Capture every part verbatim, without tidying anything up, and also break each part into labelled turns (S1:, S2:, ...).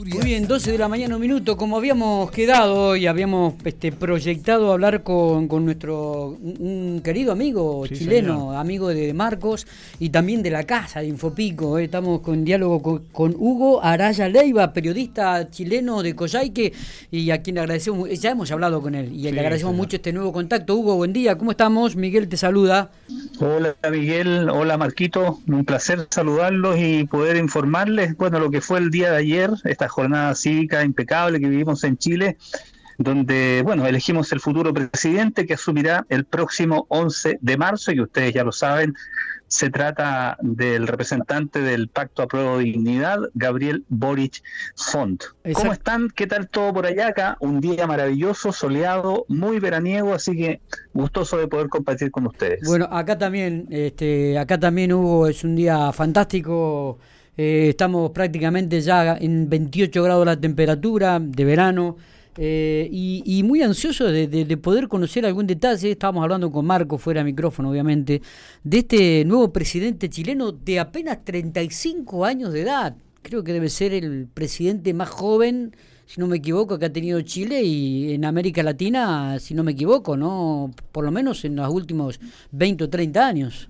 S1: Muy bien, doce de la mañana, un minuto. Como habíamos quedado y habíamos este, proyectado hablar con, con nuestro un, un querido amigo sí, chileno, señor. Amigo de Marcos y también de la casa de Infopico. Eh. Estamos con diálogo con, con Hugo Araya Leiva, periodista chileno de Coyhaique, y a quien le agradecemos, ya hemos hablado con él, y sí, le agradecemos señor. mucho este nuevo contacto. Hugo, buen día, ¿cómo estamos? Miguel te saluda.
S2: Hola Miguel, hola Marquito, un placer saludarlos y poder informarles, bueno, lo que fue el día de ayer, esta jornada cívica impecable que vivimos en Chile, donde, bueno, elegimos el futuro presidente que asumirá el próximo once de marzo, y ustedes ya lo saben, se trata del representante del Pacto Apruebo Dignidad, Gabriel Boric Font. Exacto. ¿Cómo están? ¿Qué tal todo por allá? Acá un día maravilloso, soleado, muy veraniego, así que gustoso de poder compartir con ustedes.
S1: Bueno, acá también, este, acá también Hugo, es un día fantástico. Eh, estamos prácticamente ya en veintiocho grados la temperatura de verano. Eh, y, y muy ansioso de, de, de poder conocer algún detalle. Estábamos hablando con Marco fuera de micrófono, obviamente, de este nuevo presidente chileno de apenas treinta y cinco años de edad. Creo que debe ser el presidente más joven, si no me equivoco, que ha tenido Chile, y en América Latina, si no me equivoco, ¿no? Por lo menos en los últimos veinte o treinta años.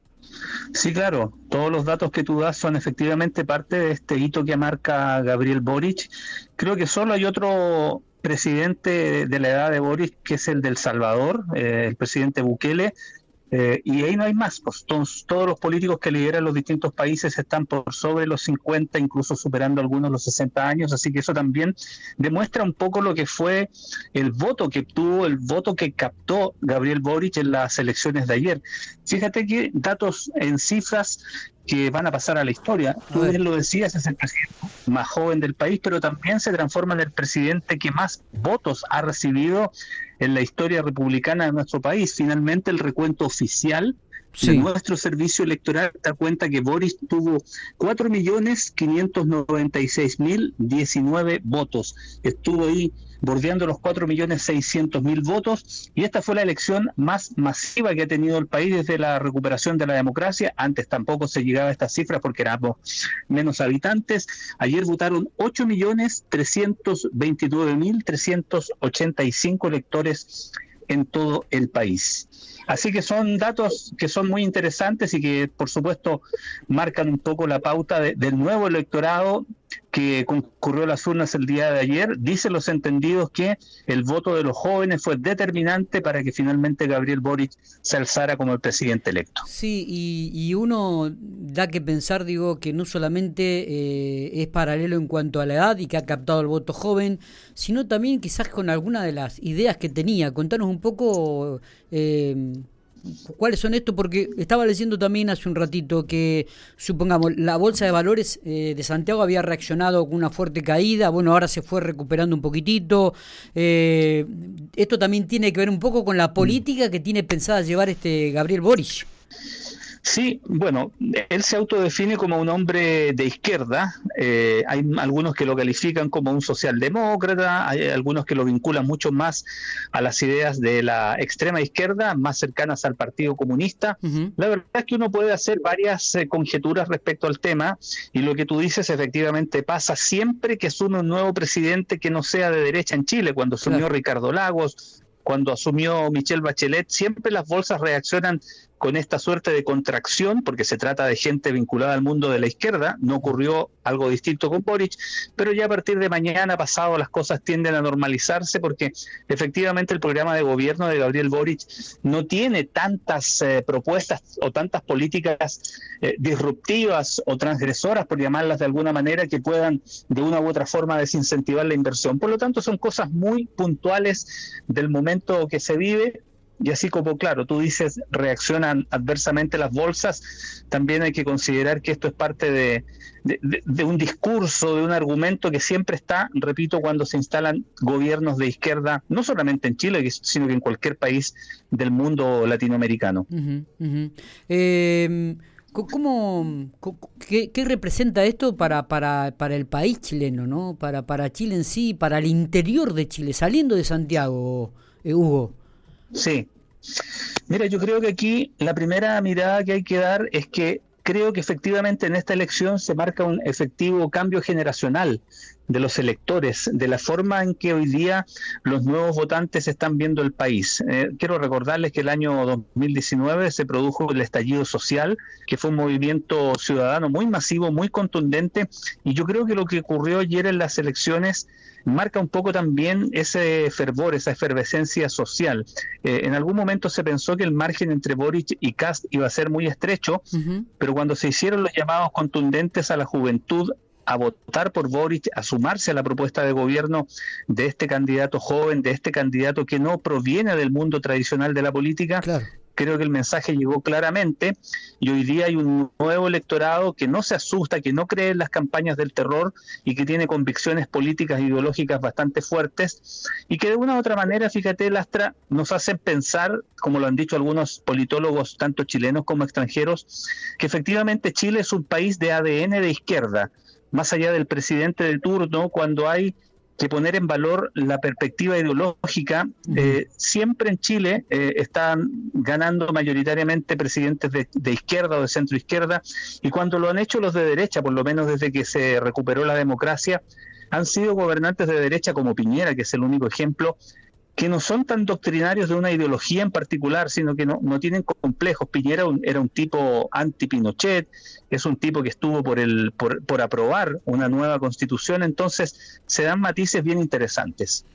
S2: Sí, claro, todos los datos que tú das son efectivamente parte de este hito que marca Gabriel Boric. Creo que solo hay otro presidente de la edad de Boric, que es el de El Salvador, eh, el presidente Bukele, eh, y ahí no hay más, pues todos, todos los políticos que lideran los distintos países están por sobre los cincuenta, incluso superando algunos los sesenta años, así que eso también demuestra un poco lo que fue el voto que obtuvo, el voto que captó Gabriel Boric en las elecciones de ayer. Fíjate que datos en cifras que van a pasar a la historia. Tú bien lo decías, es el presidente más joven del país, pero también se transforma en el presidente que más votos ha recibido en la historia republicana de nuestro país. Finalmente, el recuento oficial sí. de nuestro servicio electoral da cuenta que Boris tuvo cuatro millones quinientos noventa y seis mil diecinueve votos. Estuvo ahí bordeando los cuatro millones seiscientos mil votos, y esta fue la elección más masiva que ha tenido el país desde la recuperación de la democracia. Antes tampoco se llegaba a estas cifras porque éramos menos habitantes. Ayer votaron ocho millones trescientos veintinueve mil trescientos ochenta y cinco electores en todo el país. Así que son datos que son muy interesantes y que, por supuesto, marcan un poco la pauta de, del nuevo electorado que concurrió a las urnas el día de ayer. Dicen los entendidos que el voto de los jóvenes fue determinante para que finalmente Gabriel Boric se alzara como el presidente electo.
S1: Sí, y, y uno da que pensar, digo, que no solamente eh, es paralelo en cuanto a la edad y que ha captado el voto joven, sino también quizás con alguna de las ideas que tenía. Contanos un poco eh, cuáles son estos, porque estaba leyendo también hace un ratito que, supongamos, la Bolsa de Valores eh, de Santiago había reaccionado con una fuerte caída. Bueno, ahora se fue recuperando un poquitito. Eh, esto también tiene que ver un poco con la política que tiene pensada llevar este Gabriel Boric.
S2: Sí, bueno, él se autodefine como un hombre de izquierda. Eh, hay algunos que lo califican como un socialdemócrata, hay algunos que lo vinculan mucho más a las ideas de la extrema izquierda, más cercanas al Partido Comunista. Uh-huh. La verdad es que uno puede hacer varias eh, conjeturas respecto al tema, y lo que tú dices efectivamente pasa siempre que asume un nuevo presidente que no sea de derecha en Chile. Cuando asumió claro. Ricardo Lagos, cuando asumió Michelle Bachelet, siempre las bolsas reaccionan con esta suerte de contracción, porque se trata de gente vinculada al mundo de la izquierda. No ocurrió algo distinto con Boric, pero ya a partir de mañana pasado las cosas tienden a normalizarse, porque efectivamente el programa de gobierno de Gabriel Boric no tiene tantas eh, propuestas o tantas políticas eh, disruptivas o transgresoras, por llamarlas de alguna manera, que puedan de una u otra forma desincentivar la inversión. Por lo tanto, son cosas muy puntuales del momento que se vive. Y así como, claro, tú dices, reaccionan adversamente las bolsas, también hay que considerar que esto es parte de, de, de, de un discurso, de un argumento que siempre está, repito, cuando se instalan gobiernos de izquierda, no solamente en Chile, sino que en cualquier país del mundo latinoamericano.
S1: Uh-huh, uh-huh. Eh... ¿Cómo, qué, qué representa esto para, para, para el país chileno, ¿no? Para, para Chile en sí, para el interior de Chile, saliendo de Santiago, eh, Hugo?
S2: Sí. Mira, yo creo que aquí la primera mirada que hay que dar es que creo que efectivamente en esta elección se marca un efectivo cambio generacional. de los electores, de la forma en que hoy día los nuevos votantes están viendo el país. Eh, quiero recordarles que el año dos mil diecinueve se produjo el estallido social, que fue un movimiento ciudadano muy masivo, muy contundente, y yo creo que lo que ocurrió ayer en las elecciones marca un poco también ese fervor, esa efervescencia social. Eh, en algún momento se pensó que el margen entre Boric y Kast iba a ser muy estrecho, uh-huh. pero cuando se hicieron los llamados contundentes a la juventud a votar por Boric, a sumarse a la propuesta de gobierno de este candidato joven, de este candidato que no proviene del mundo tradicional de la política, claro. Creo que el mensaje llegó claramente y hoy día hay un nuevo electorado que no se asusta, que no cree en las campañas del terror y que tiene convicciones políticas e ideológicas bastante fuertes y que de una u otra manera, fíjate, Lastra, nos hace pensar, como lo han dicho algunos politólogos, tanto chilenos como extranjeros, que efectivamente Chile es un país de A D N de izquierda, más allá del presidente de turno, cuando hay que poner en valor la perspectiva ideológica. Uh-huh. Eh, siempre en Chile eh, están ganando mayoritariamente presidentes de, de izquierda o de centro izquierda, y cuando lo han hecho los de derecha, por lo menos desde que se recuperó la democracia, han sido gobernantes de derecha como Piñera, que es el único ejemplo, que no son tan doctrinarios de una ideología en particular, sino que no, no tienen complejos. Piñera un, era un tipo anti-Pinochet, es un tipo que estuvo por, el, por, por aprobar una nueva constitución, entonces se dan matices bien interesantes.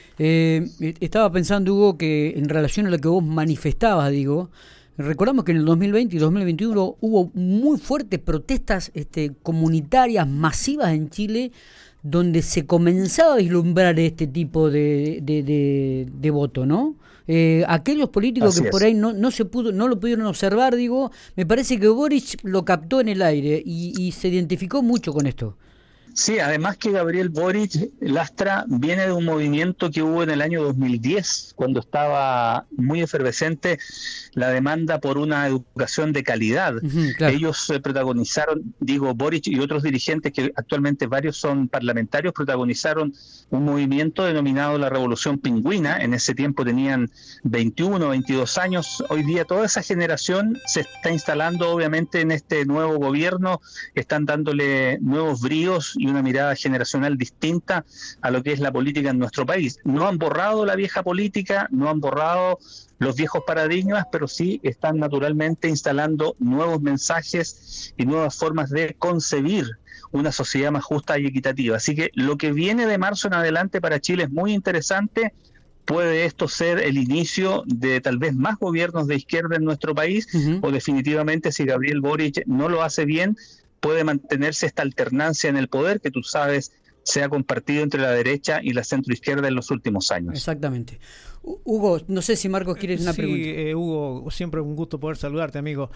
S1: Eh, estaba pensando, Hugo, que en relación a lo que vos manifestabas, digo, recordamos que en el dos mil veinte y dos mil veintiuno hubo muy fuertes protestas este, comunitarias masivas en Chile, donde se comenzaba a vislumbrar este tipo de, de, de, de voto, ¿no? Eh, aquellos políticos Así que es. por ahí no, no se pudo, no lo pudieron observar, digo, me parece que Boric lo captó en el aire y, y se identificó mucho con esto.
S2: Sí, además que Gabriel Boric, Lastra, viene de un movimiento que hubo en el año dos mil diez, cuando estaba muy efervescente la demanda por una educación de calidad. Uh-huh, claro. Ellos eh, protagonizaron, digo, Boric y otros dirigentes, que actualmente varios son parlamentarios, protagonizaron un movimiento denominado la Revolución Pingüina. En ese tiempo tenían veintiuno, veintidós años. Hoy día toda esa generación se está instalando obviamente en este nuevo gobierno, están dándole nuevos bríos y una mirada generacional distinta a lo que es la política en nuestro país. No han borrado la vieja política, no han borrado los viejos paradigmas, pero sí están naturalmente instalando nuevos mensajes y nuevas formas de concebir una sociedad más justa y equitativa. Así que lo que viene de marzo en adelante para Chile es muy interesante. ¿Puede esto ser el inicio de tal vez más gobiernos de izquierda en nuestro país? Uh-huh. O definitivamente, si Gabriel Boric no lo hace bien, puede mantenerse esta alternancia en el poder que tú sabes se ha compartido entre la derecha y la centroizquierda en los últimos años.
S1: Exactamente. Hugo, no sé si Marcos quiere una
S3: sí,
S1: pregunta.
S3: Sí, eh, Hugo, siempre un gusto poder saludarte, amigo.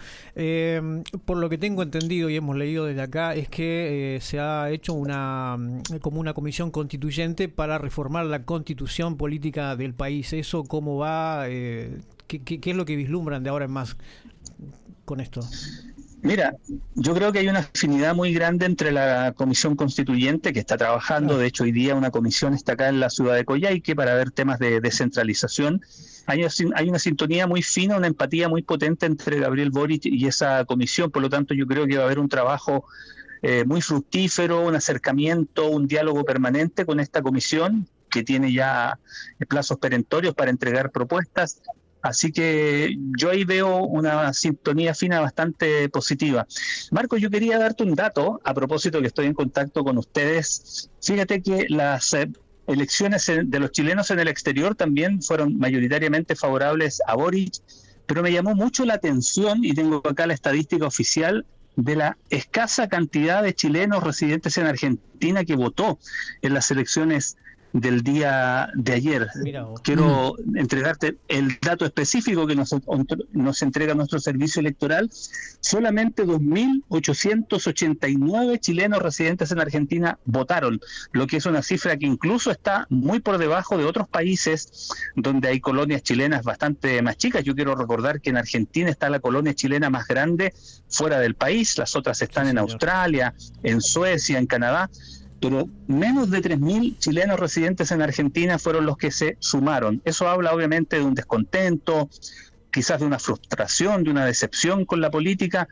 S3: Eh, por lo que tengo entendido y hemos leído desde acá, es que eh, se ha hecho una como una comisión constituyente para reformar la constitución política del país. ¿Eso cómo va? Eh, ¿qué, qué, ¿Qué es lo que vislumbran de ahora en más con esto?
S2: Mira, yo creo que hay una afinidad muy grande entre la Comisión Constituyente, que está trabajando, de hecho hoy día una comisión está acá en la ciudad de Coyhaique para ver temas de descentralización. Hay, hay una sintonía muy fina, una empatía muy potente entre Gabriel Boric y esa comisión, por lo tanto yo creo que va a haber un trabajo eh, muy fructífero, un acercamiento, un diálogo permanente con esta comisión, que tiene ya plazos perentorios para entregar propuestas. Así que yo ahí veo una sintonía fina bastante positiva. Marco, yo quería darte un dato, a propósito que estoy en contacto con ustedes. Fíjate que las eh, elecciones de los chilenos en el exterior también fueron mayoritariamente favorables a Boric, pero me llamó mucho la atención, y tengo acá la estadística oficial, de la escasa cantidad de chilenos residentes en Argentina que votó en las elecciones del día de ayer. Quiero mm. entregarte el dato específico que nos, nos entrega nuestro servicio electoral. Solamente dos mil ochocientos ochenta y nueve chilenos residentes en Argentina votaron, lo que es una cifra que incluso está muy por debajo de otros países donde hay colonias chilenas bastante más chicas. Yo quiero recordar que en Argentina está la colonia chilena más grande fuera del país, las otras están sí, en Australia, en Suecia, en Canadá, pero menos de tres mil chilenos residentes en Argentina fueron los que se sumaron. Eso habla obviamente de un descontento, quizás de una frustración, de una decepción con la política,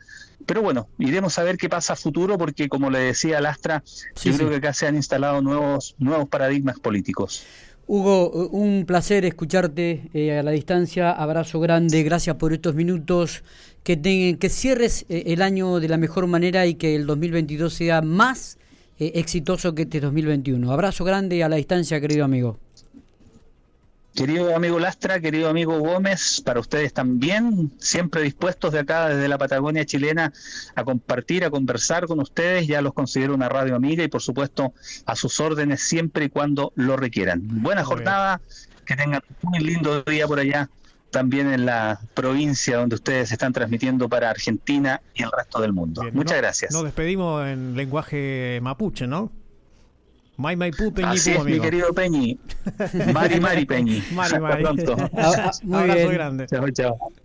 S2: pero bueno, iremos a ver qué pasa a futuro, porque como le decía Lastra,
S1: sí,
S2: yo
S1: sí.
S2: creo que acá se han instalado nuevos, nuevos paradigmas políticos.
S1: Hugo, un placer escucharte eh, a la distancia, abrazo grande, gracias por estos minutos, que, te, que cierres eh, el año de la mejor manera y que el dos mil veintidós sea más eh, exitoso que este dos mil veintiuno. Abrazo grande a la distancia, querido amigo.
S2: Querido amigo Lastra, querido amigo Gómez, para ustedes también, siempre dispuestos de acá, desde la Patagonia chilena, a compartir, a conversar con ustedes. Ya los considero una radio amiga y, por supuesto, a sus órdenes siempre y cuando lo requieran. Buena muy jornada, bien. Que tengan un muy lindo día por allá, también en la provincia donde ustedes están transmitiendo para Argentina y el resto del mundo. Bien, Muchas
S3: no,
S2: gracias.
S3: Nos despedimos en lenguaje mapuche, ¿no? Mai Maipú, Peñi,
S2: Así
S3: Pú,
S2: es,
S3: amigo.
S2: mi querido Peñi. Mari, Mari, Peñi.
S3: Mari, Mari.
S2: Hasta pronto.
S1: Muy
S3: Abrazo
S1: bien.
S3: grande.
S2: Chao, chao.